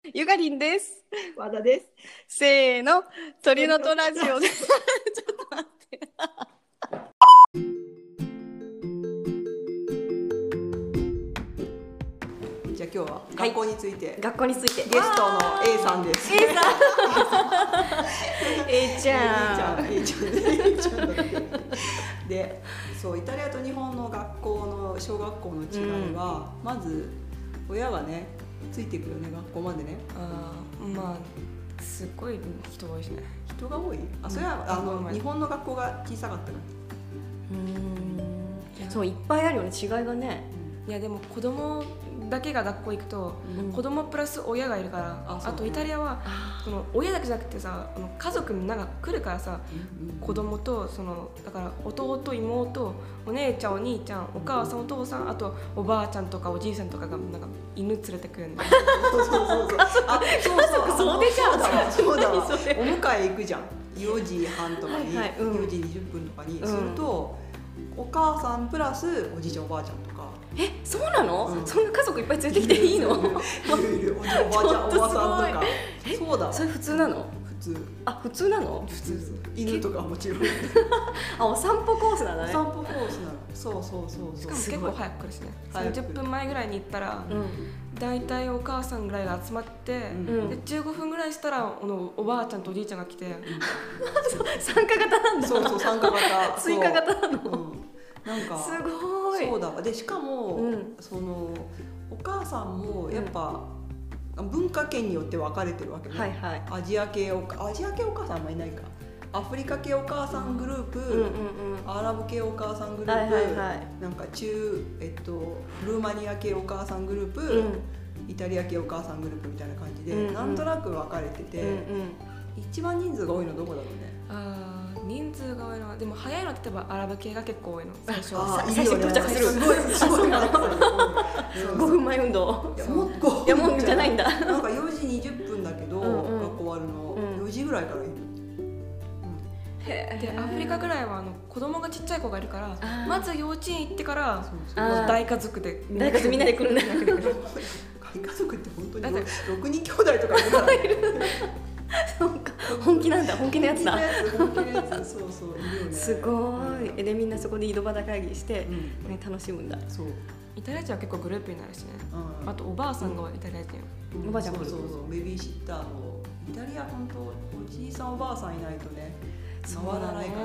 ゆかりんです。 和田です。 せーの、鳥のとラジオで。ちょっと待って。 じゃあ今日は学校について、 学校について。 ゲストの A さんです。 A さん。A ちゃん。 A ちゃんで、そうイタリアと日本の学校の小学校の違いは、まず親がねついていくよね、学校までね。 まあすっごい人多いしね。 人が多い。それは日本の学校が小さかったから。 そういっぱいあるよね、違いがね。 いやでも子供だけが学校行くと、子供プラス親がいるから、あとイタリアはその親だけじゃなくてさ、家族みんなが来るからさ、子供とだから弟妹お姉ちゃんお兄ちゃんお母さんお父さん、あとおばあちゃんとかおじいさんとかがなんか犬連れてくるんだよ。 そうでじゃん。 そうだわ。お迎え行くじゃん。4時半とかに、4時20分とかにすると、お母さんプラスおじいちゃんおばあちゃんとか。 そうなの？そんな家族いっぱい連れてきていいの？ いるおばあちゃんおばさんとか。そうだ。 それ普通なの？ 普通。 普通なの？ 普通。犬とかもちろん。 お散歩コースなんだね。 お散歩コースなの。そうしかも結構早く来るしね。30分前ぐらいに行ったら、だいたいお母さんぐらいが集まって、で15分ぐらいしたらおばあちゃんとおじいちゃんが来て、 参加型なんだ。 そう参加型。 追加型なの。 なんかすごい。 そうだわ。でしかも、お母さんもやっぱ、文化圏によって分かれてるわけね。アジア系お母さんあんまいないか。アフリカ系お母さんグループ、アラブ系お母さんグループ、なんかルーマニア系お母さんグループ、イタリア系お母さんグループみたいな感じで、なんとなく分かれてて、一番人数が多いのどこだろうね。 人数が多いのはでも早いのって例えばアラブ系が結構多いの。最初到着する。 すごい 5分前運動。いやもうじゃないんだ。 なんか4時20分だけど、学校終わるの4時ぐらいからいる。 でアフリカぐらいは子供がちっちゃい子がいるから、まず幼稚園行ってから大家族でみんなで来るね。 大家族って本当に6人兄弟とかいるから。 そうか、本気なんだ、本気のやつだ。 本気のやつ、そういるよね。 すごい。でみんなそこで井戸端会議して楽しむんだ。 そう。 イタリア人は結構グループになるしね。あとおばあさんがイタリア人。 おばあちゃんもそうベビーシッターのイタリア本当おじいさんおばあさんいないとね回らないから。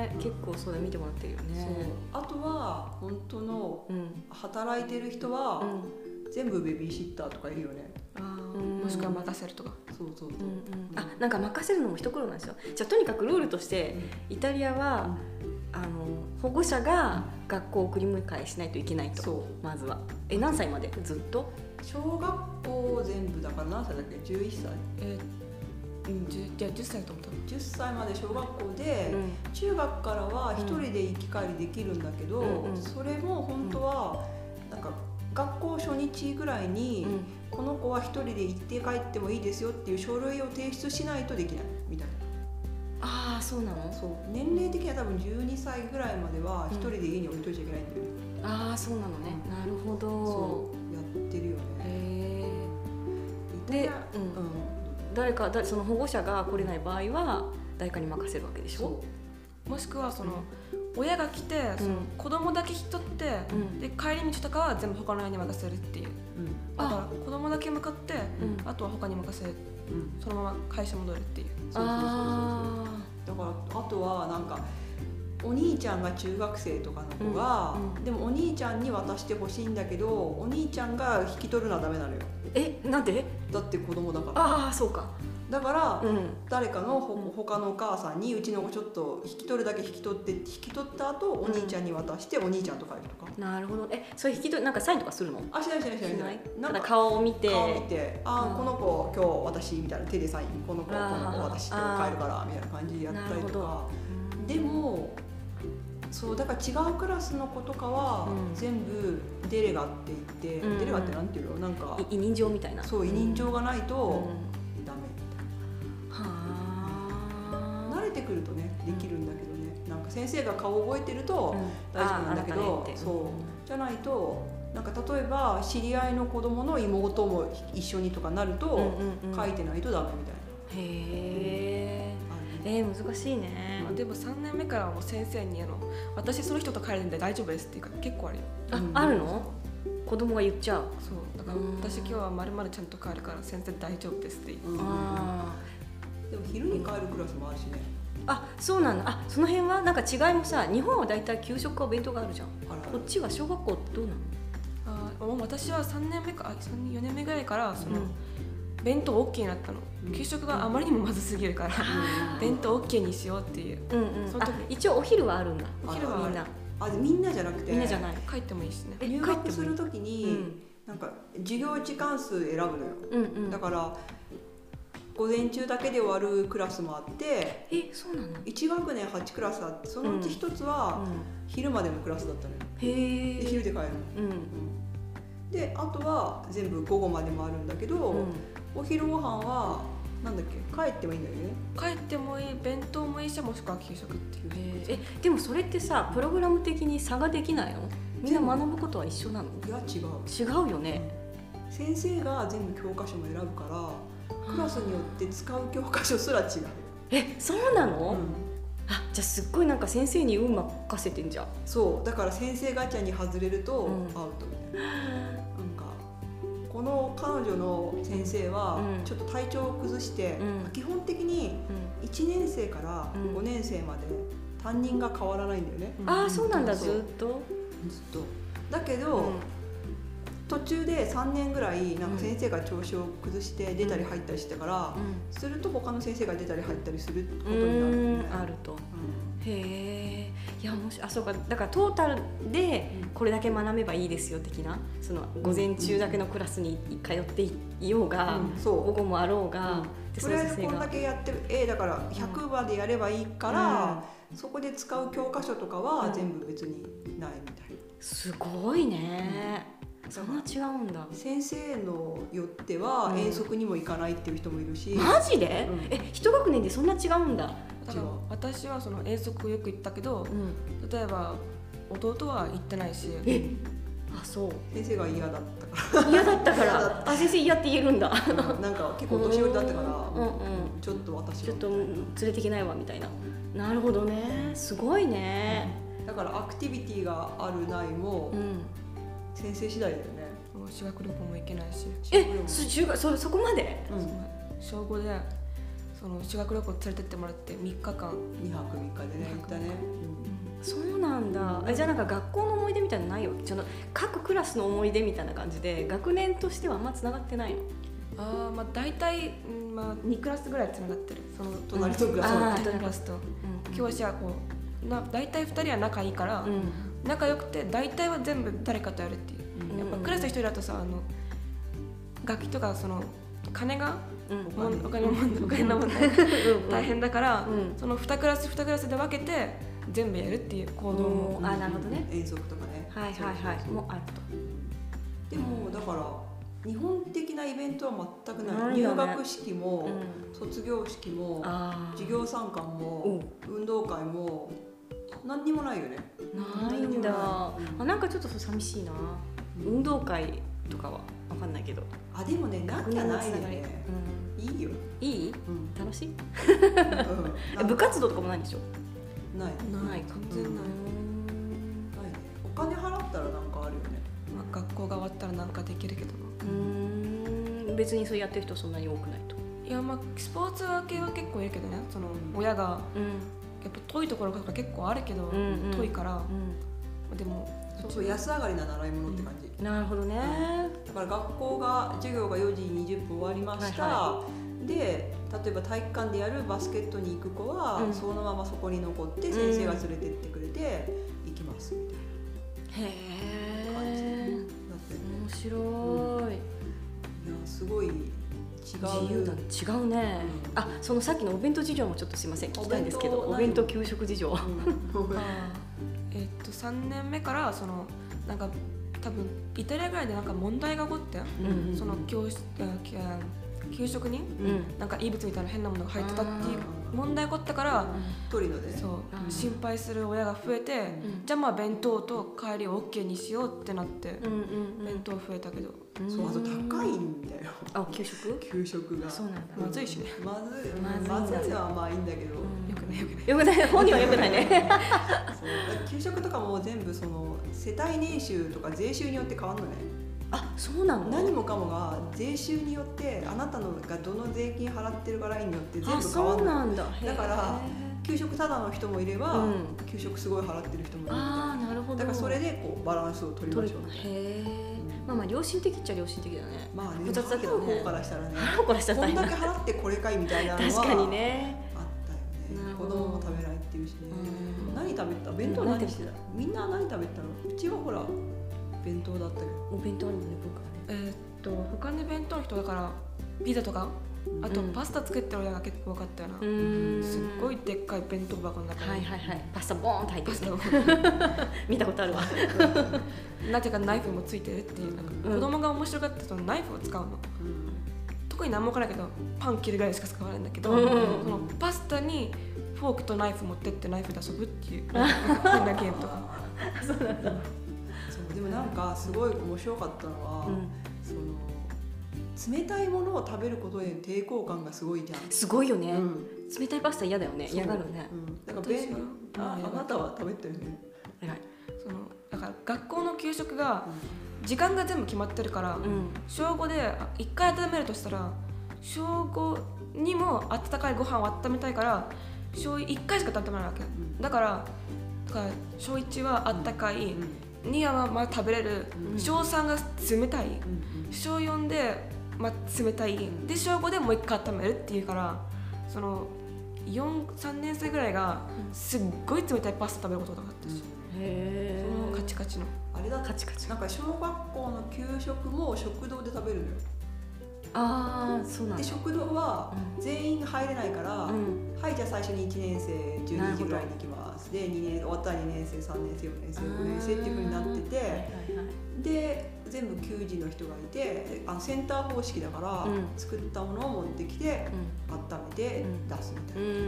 結構そうだ見てもらってるよね。 あとは本当の働いてる人は全部ベビーシッターとかいるよね。 もしくは任せるとか。 そう。 なんか任せるのも一苦労なんですよ。じゃあとにかくルールとしてイタリアは保護者が学校を送り迎えしないといけないと。まずは何歳までずっと？ 小学校全部だから何歳だっけ？11歳？ じゃあ10歳と思った 10歳まで小学校で、中学からは一人で行き帰りできるんだけど、それも本当はなんか学校初日ぐらいに、この子は一人で行って帰ってもいいですよっていう書類を提出しないとできないみたいな。 そうなの？ そう年齢的には多分12歳ぐらいまでは一人で家に置いといちゃいけないんだよね。 そうなのね。なるほど。 そうやってるよね。 で、その保護者が来れない場合は誰かに任せるわけでしょ。 もしくは親が来て子供だけ引き取って、で帰り道とかは全部他の親に任せるっていう。だから子供だけ向かって、あとは他に任せる、そのまま会社戻るっていう。 だからあとはなんかお兄ちゃんが中学生とかの子が、でもお兄ちゃんに渡してほしいんだけど、お兄ちゃんが引き取るのはダメなのよ。 なんで？ だって子供だから。 そうか。 だから、誰かの他のお母さんにうちの子ちょっと引き取るだけ引き取った後お兄ちゃんに渡してお兄ちゃんと帰るとか。 なるほど。それ引き取りなんかサインとかするの？ しない。 ただ顔を見て、 この子今日私みたいな手でサイン、この子私と帰るからみたいな感じでやったりとか。でもだから違うクラスの子とかは全部デレガって言って、デレガってなんていうの？なんか委任状みたいな。 委任状がないとダメみたいな。慣れてくるとねできるんだけどね。なんか先生が顔を覚えてると大丈夫なんだけど、じゃないとなんか例えば知り合いの子供の妹も一緒にとかなると、書いてないとダメみたいな。 へえ、難しいね。 でも3年目からもう先生に私その人と帰るんで大丈夫ですっていうか結構あるよ。 あるの？子供が言っちゃう。 そうだから私今日はまるまるちゃんと帰るから先生大丈夫ですって言う。 でも昼に帰るクラスもあるしね。 そうなんだ。その辺はなんか違いもさ、日本はだいたい給食かお弁当があるじゃん。こっちは小学校どうなの？ 私は3年目か4年目ぐらいからその、弁当 OK になったの。給食があまりにもまずすぎるから、弁当 OK にしようっていう。 その時一応お昼はあるんだ。 お昼はみんな。 みんなじゃなくて。 みんなじゃない。 帰ってもいいしね。 入学する時になんか授業時間数選ぶのよ。だから午前中だけで終わるクラスもあって、 そうなの ？1学年8クラスあって、そのうち1つは昼までのクラスだったのよ。で昼で帰るの。であとは全部午後までもあるんだけど、お昼ご飯はなんだっけ、帰ってもいいんだよね。 帰ってもいい、弁当もいいし、もしくは給食っていう。 でもそれってさ、プログラム的に差ができないの？みんな学ぶことは一緒なの？ いや違うよね。 先生が全部教科書も選ぶから、クラスによって使う教科書すら違う。 そうなの？じゃあすっごいなんか先生に運任せてんじゃん。 そうだから先生ガチャに外れるとアウトみたいな。なんかこの彼女の先生はちょっと体調を崩して、基本的に1年生から5年生まで担任が変わらないんだよね。 そうなんだ。ずっとだけど、途中で3年ぐらいなんか先生が調子を崩して出たり入ったりしてから、すると他の先生が出たり入ったりすることになるんだよね。 あると。へえ。いやそうか。だからトータルでこれだけ学べばいいですよ的な、その午前中だけのクラスに通っていようが、午後もあろうが、 とりあえずこんだけやってる、だから100話でやればいいから、そこで使う教科書とかは全部別にないみたいな。 すごいね。そんな違うんだ。 先生のよっては遠足にも行かないっていう人もいるし。 マジで？一学年でそんな違うんだ。 私はその遠足よく行ったけど、例えば弟は行ってないし。 そう。 先生が嫌だったから。 嫌だったから。先生嫌って言えるんだ。 なんか結構お年寄りだったから、ちょっと私はちょっと連れてきないわみたいな。なるほどね。すごいね。 だからアクティビティがあるないも先生次第だよね。 修学旅行も行けないし。 そこまで？ 小5でその修学旅行連れてってもらって3日間。 2泊3日でね行ったね。 そうなんだ。じゃあなんか学校の思い出みたいなのないよ。各クラスの思い出みたいな感じで学年としてはあんまつながってないの？ 大体2クラスぐらいつながってる。その隣のクラスと。教師は大体2人は仲いいから、仲良くて大体は全部誰かとやるっていう。やっぱクラス1人だとさ、楽器とかその金が、お金の問題大変だから、その2クラスで分けて全部やるっていう行動も。 なるほどね。 遠足とかね。 もあると。 でもだから日本的なイベントは全くない。入学式も卒業式も授業参観も運動会も何にもないよね。 ないんだ。なんかちょっと寂しいな。運動会とかは分かんないけど。 でもね、なきゃないでね。いいよ。 いい？楽しい？部活動とかもないんでしょ？ ない。 ない。完全ない。 お金払ったらなんかあるよね。 学校が終わったらなんかできるけどな。 別にそれやってる人そんなに多くないと。 いやスポーツ系は結構いるけどね。その親がやっぱ遠いところが結構あるけど、遠いから。でもそう安上がりな習い物って感じ。 なるほどね。 だから学校が授業が4時20分終わりました。で例えば体育館でやるバスケットに行く子はそのままそこに残って先生が連れてってくれて行きますみたいな。 へえ。面白い。 いやすごい違う。 自由だね。違うね。そのさっきのお弁当事情もちょっとすいません聞きたいんですけど、お弁当給食事情。 3年目からそのなんか多分イタリアぐらいでなんか問題が起こって、その給食になんか異物みたいな変なものが入ってたっていう問題起こったから、 トリノでそう心配する親が増えて、じゃあまあ弁当と帰りを OK にしようってなって弁当増えたけど、 そうあと高いんだよ。 あ、給食がそうなんだ。 まずいしね。 まずいのはまあいいんだけど、よくない本人はよくないね。 そう給食とかも全部その世帯年収とか税収によって変わるのね。 あ、そうなの。 何もかもが税収によってあなたのがどの税金払ってるかラインによって全部変わるの。 そうなんだ。 だから給食ただの人もいれば、給食すごい払ってる人もいるみたいな。 あ、なるほど。 だからそれでこうバランスを取りましょうみたいな。 へえ。まあまあ良心的っちゃ良心的だね。 まあね、 複雑だけどね。 払う方からしたらね。 払う方からしたらこんだけ払ってこれかいみたいなのは確かにね。 あったよね。子供も食べないっていうしね。何食べた？弁当何してた？みんな何食べたの？うちはほら弁当だったけど。 お弁当あるもんね、文化はね。 他に弁当の人だからピザとか、あとパスタ作ってる親が結構多かったよな。すっごいでっかい弁当箱の中にパスタボーンと入ってる。見たことあるわ。 なぜかナイフもついてるっていう、なんか子供が面白がってそのナイフを使うの。特に何も分からないけどパン切るぐらいしか使わないんだけど、そのパスタにフォークとナイフ持ってってナイフで遊ぶっていう変なゲームとか。 そうなんだ。 でもなんかすごい面白かったのは、その冷たいものを食べることへの抵抗感がすごいじゃん。 すごいよね。冷たいパスタ嫌だよね。嫌がるね。 だからあなたは食べてるね。 そのだから学校の給食が時間が全部決まってるから、小5で1回温めるとしたら小5にも温かいご飯を温めたいから小1回しか温めないわけ。だから小1は温かい、2はまあ食べれる、小3が冷たい、小4でまあ冷たいで、小5でもう1回温めるっていうから、その3年生ぐらいがすっごい冷たいパスタ食べることがなかったし、そのカチカチのあれだカチカチなんか小学校の給食も食堂で食べるのよ。 ああ、そうなんだ。 で食堂は全員入れないから、はいじゃあ最初に1年生12時ぐらいに行きます。で2年終わったら2年生3年生4年生5年生っていう風になってて、で全部給仕の人がいて、センター方式だから、作ったものを持ってきて、温めて出すみたいな。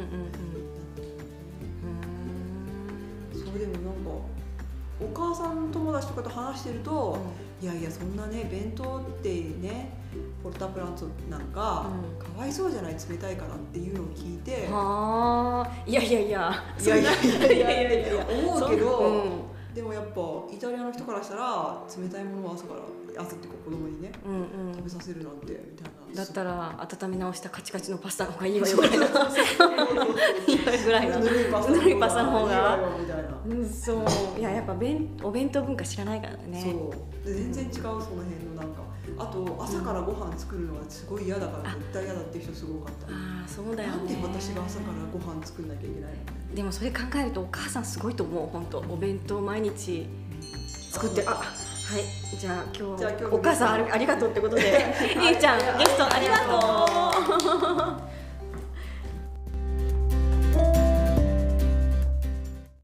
それでもなんかお母さん友達とかと話してると、いやいやそんなね弁当ってねポルタプランツなんか、かわいそうじゃない冷たいからっていうのを聞いて、 いや思うけど、でもやっぱイタリアの人からしたら冷たいものを朝って子供にね、食べさせるなんてみたいな。 だったら温め直したカチカチのパスタの方がいいわよぐらいのぐらいのぬるいパスタの方がそう。いややっぱお弁当文化知らないからね。 そう全然違う。その辺のなんかあと朝からご飯作るのはすごい嫌だから絶対嫌だっていう人すごかった。 ああそうだよね。 なんで私が朝からご飯作んなきゃいけないの。 でもそれ考えるとお母さんすごいと思う。本当お弁当毎日作ってはい、じゃあ今日お母さんありがとうってことで、ゆうちゃんゲストありがとう。